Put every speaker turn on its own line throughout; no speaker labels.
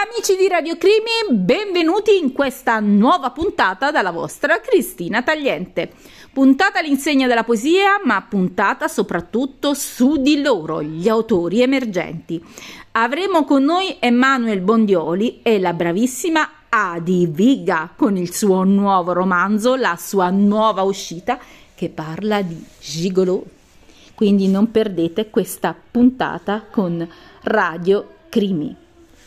Amici di Radio Crimi, benvenuti in questa nuova puntata dalla vostra Cristina Tagliente. Puntata all'insegna della poesia, ma puntata soprattutto su di loro, gli autori emergenti. Avremo con noi Emanuele Bondioli e la bravissima Adi Viga con il suo nuovo romanzo, la sua nuova uscita, che parla di gigolò. Quindi non perdete questa puntata con Radio Crimi.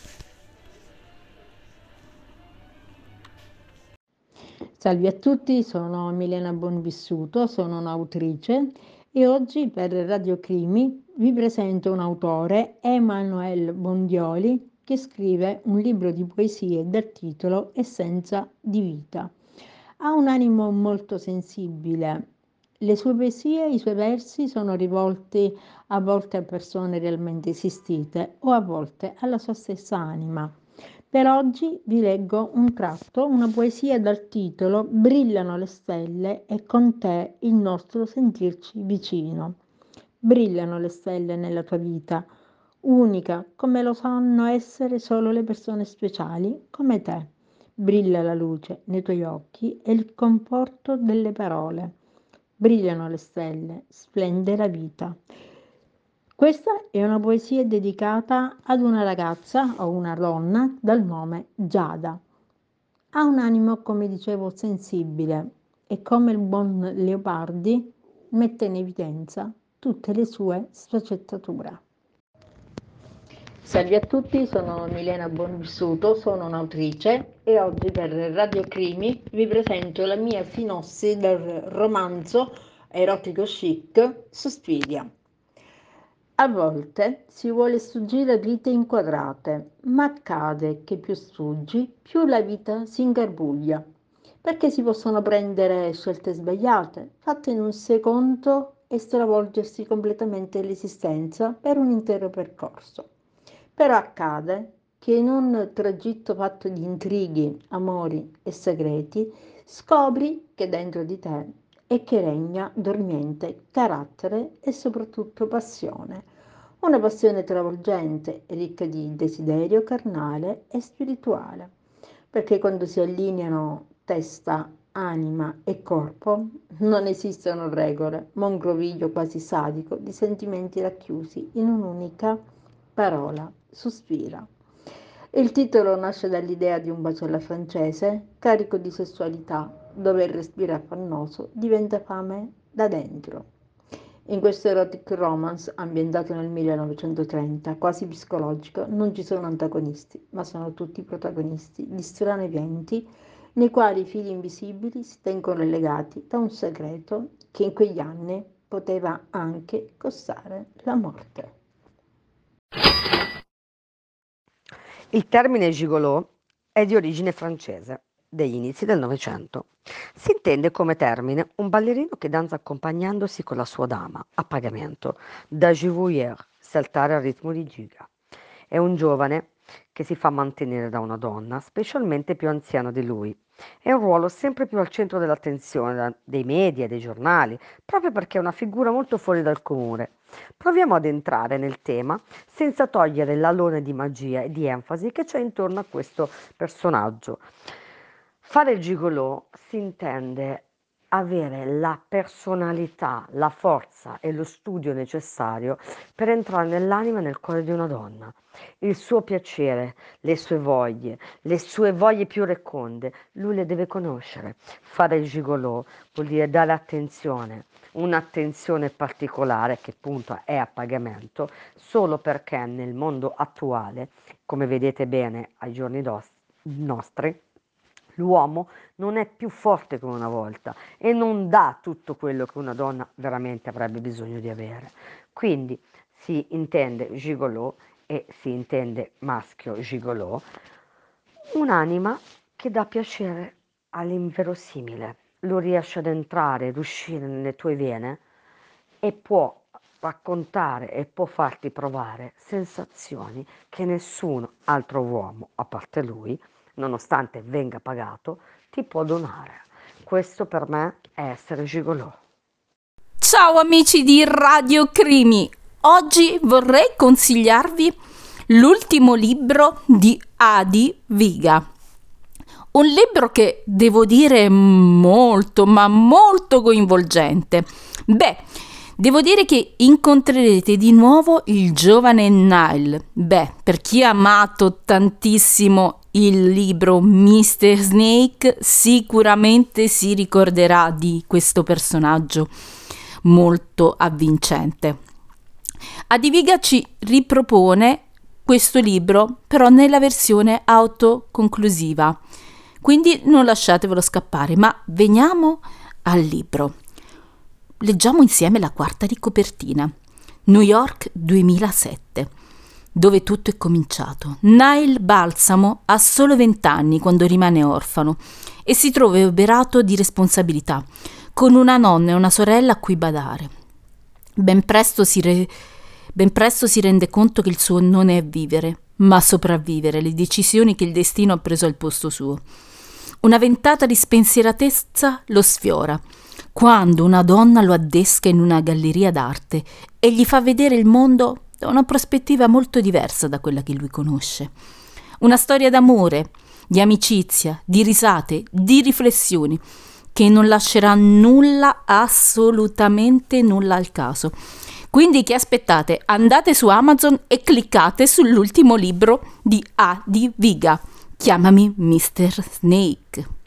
Salve a tutti, sono Milena Bonvissuto, sono un'autrice e oggi per Radio Crimi vi presento un autore, Emanuele Bondioli, che scrive un libro di poesie dal titolo Essenza di vita. Ha un animo molto sensibile. Le sue poesie, i suoi versi sono rivolti a volte a persone realmente esistite o a volte alla sua stessa anima. Per oggi vi leggo un tratto, una poesia dal titolo Brillano le stelle e con te il nostro sentirci vicino. Brillano le stelle nella tua vita, unica come lo sanno essere solo le persone speciali come te. Brilla la luce nei tuoi occhi e il conforto delle parole. Brillano le stelle, splende la vita. Questa è una poesia dedicata ad una ragazza o una donna dal nome Giada. Ha un animo, come dicevo, sensibile e come il buon Leopardi mette in evidenza tutte le sue sfaccettature. Salve a tutti, sono Milena Bonvissuto, sono un'autrice e oggi per Radio Crimi vi presento la mia sinossi del romanzo erotico chic Suspiria. A volte si vuole sfuggire a vite inquadrate, ma accade che più sfuggi, più la vita si ingarbuglia, perché si possono prendere scelte sbagliate, fatte in un secondo e stravolgersi completamente l'esistenza per un intero percorso. Però accade che in un tragitto fatto di intrighi, amori e segreti, scopri che dentro di te e che regna dormiente carattere e soprattutto passione. Una passione travolgente, ricca di desiderio carnale e spirituale, perché quando si allineano testa, anima e corpo non esistono regole, ma un groviglio quasi sadico di sentimenti racchiusi in un'unica parola, suspira. Il titolo nasce dall'idea di un bacio alla francese, carico di sessualità, dove il respiro affannoso diventa fame da dentro. In questo erotic romance, ambientato nel 1930, quasi psicologico, non ci sono antagonisti, ma sono tutti protagonisti di strani eventi nei quali i fili invisibili si tengono legati da un segreto che in quegli anni poteva anche costare la morte.
Il termine gigolò è di origine francese, degli inizi del Novecento. Si intende come termine un ballerino che danza accompagnandosi con la sua dama, a pagamento, da giveaway, saltare al ritmo di giga. È un giovane che si fa mantenere da una donna, specialmente più anziana di lui. È un ruolo sempre più al centro dell'attenzione dei media e dei giornali, proprio perché è una figura molto fuori dal comune. Proviamo ad entrare nel tema senza togliere l'alone di magia e di enfasi che c'è intorno a questo personaggio. Fare il gigolò si intende avere la personalità, la forza e lo studio necessario per entrare nell'anima e nel cuore di una donna. Il suo piacere, le sue voglie più reconde, lui le deve conoscere. Fare il gigolò vuol dire dare attenzione, un'attenzione particolare che appunto è a pagamento, solo perché nel mondo attuale, come vedete bene ai giorni nostri, l'uomo non è più forte come una volta e non dà tutto quello che una donna veramente avrebbe bisogno di avere. Quindi si intende gigolò e si intende maschio gigolò, un'anima che dà piacere all'inverosimile, lo riesce ad entrare, ad uscire nelle tue vene e può raccontare e può farti provare sensazioni che nessun altro uomo, a parte lui, nonostante venga pagato, ti può donare. Questo per me è essere gigolò.
Ciao amici di Radio Crimi, oggi vorrei consigliarvi l'ultimo libro di Adi Viga. Un libro che devo dire è molto, ma molto coinvolgente. Devo dire che incontrerete di nuovo il giovane Nile. Per chi ha amato tantissimo il libro Mr. Snake, sicuramente si ricorderà di questo personaggio molto avvincente. Adi Viga ci ripropone questo libro, però nella versione autoconclusiva. Quindi non lasciatevelo scappare, ma veniamo al libro. Leggiamo insieme la quarta di copertina. New York 2007, dove tutto è cominciato. Nile Balsamo ha solo 20 anni quando rimane orfano e si trova oberato di responsabilità, con una nonna e una sorella a cui badare. Ben presto si rende conto che il suo non è vivere, ma sopravvivere le decisioni che il destino ha preso al posto suo. Una ventata di spensieratezza lo sfiora, quando una donna lo addesca in una galleria d'arte e gli fa vedere il mondo da una prospettiva molto diversa da quella che lui conosce. Una storia d'amore, di amicizia, di risate, di riflessioni, che non lascerà nulla, assolutamente nulla al caso. Quindi che aspettate? Andate su Amazon e cliccate sull'ultimo libro di Adi Viga. Chiamami Mr. Snake.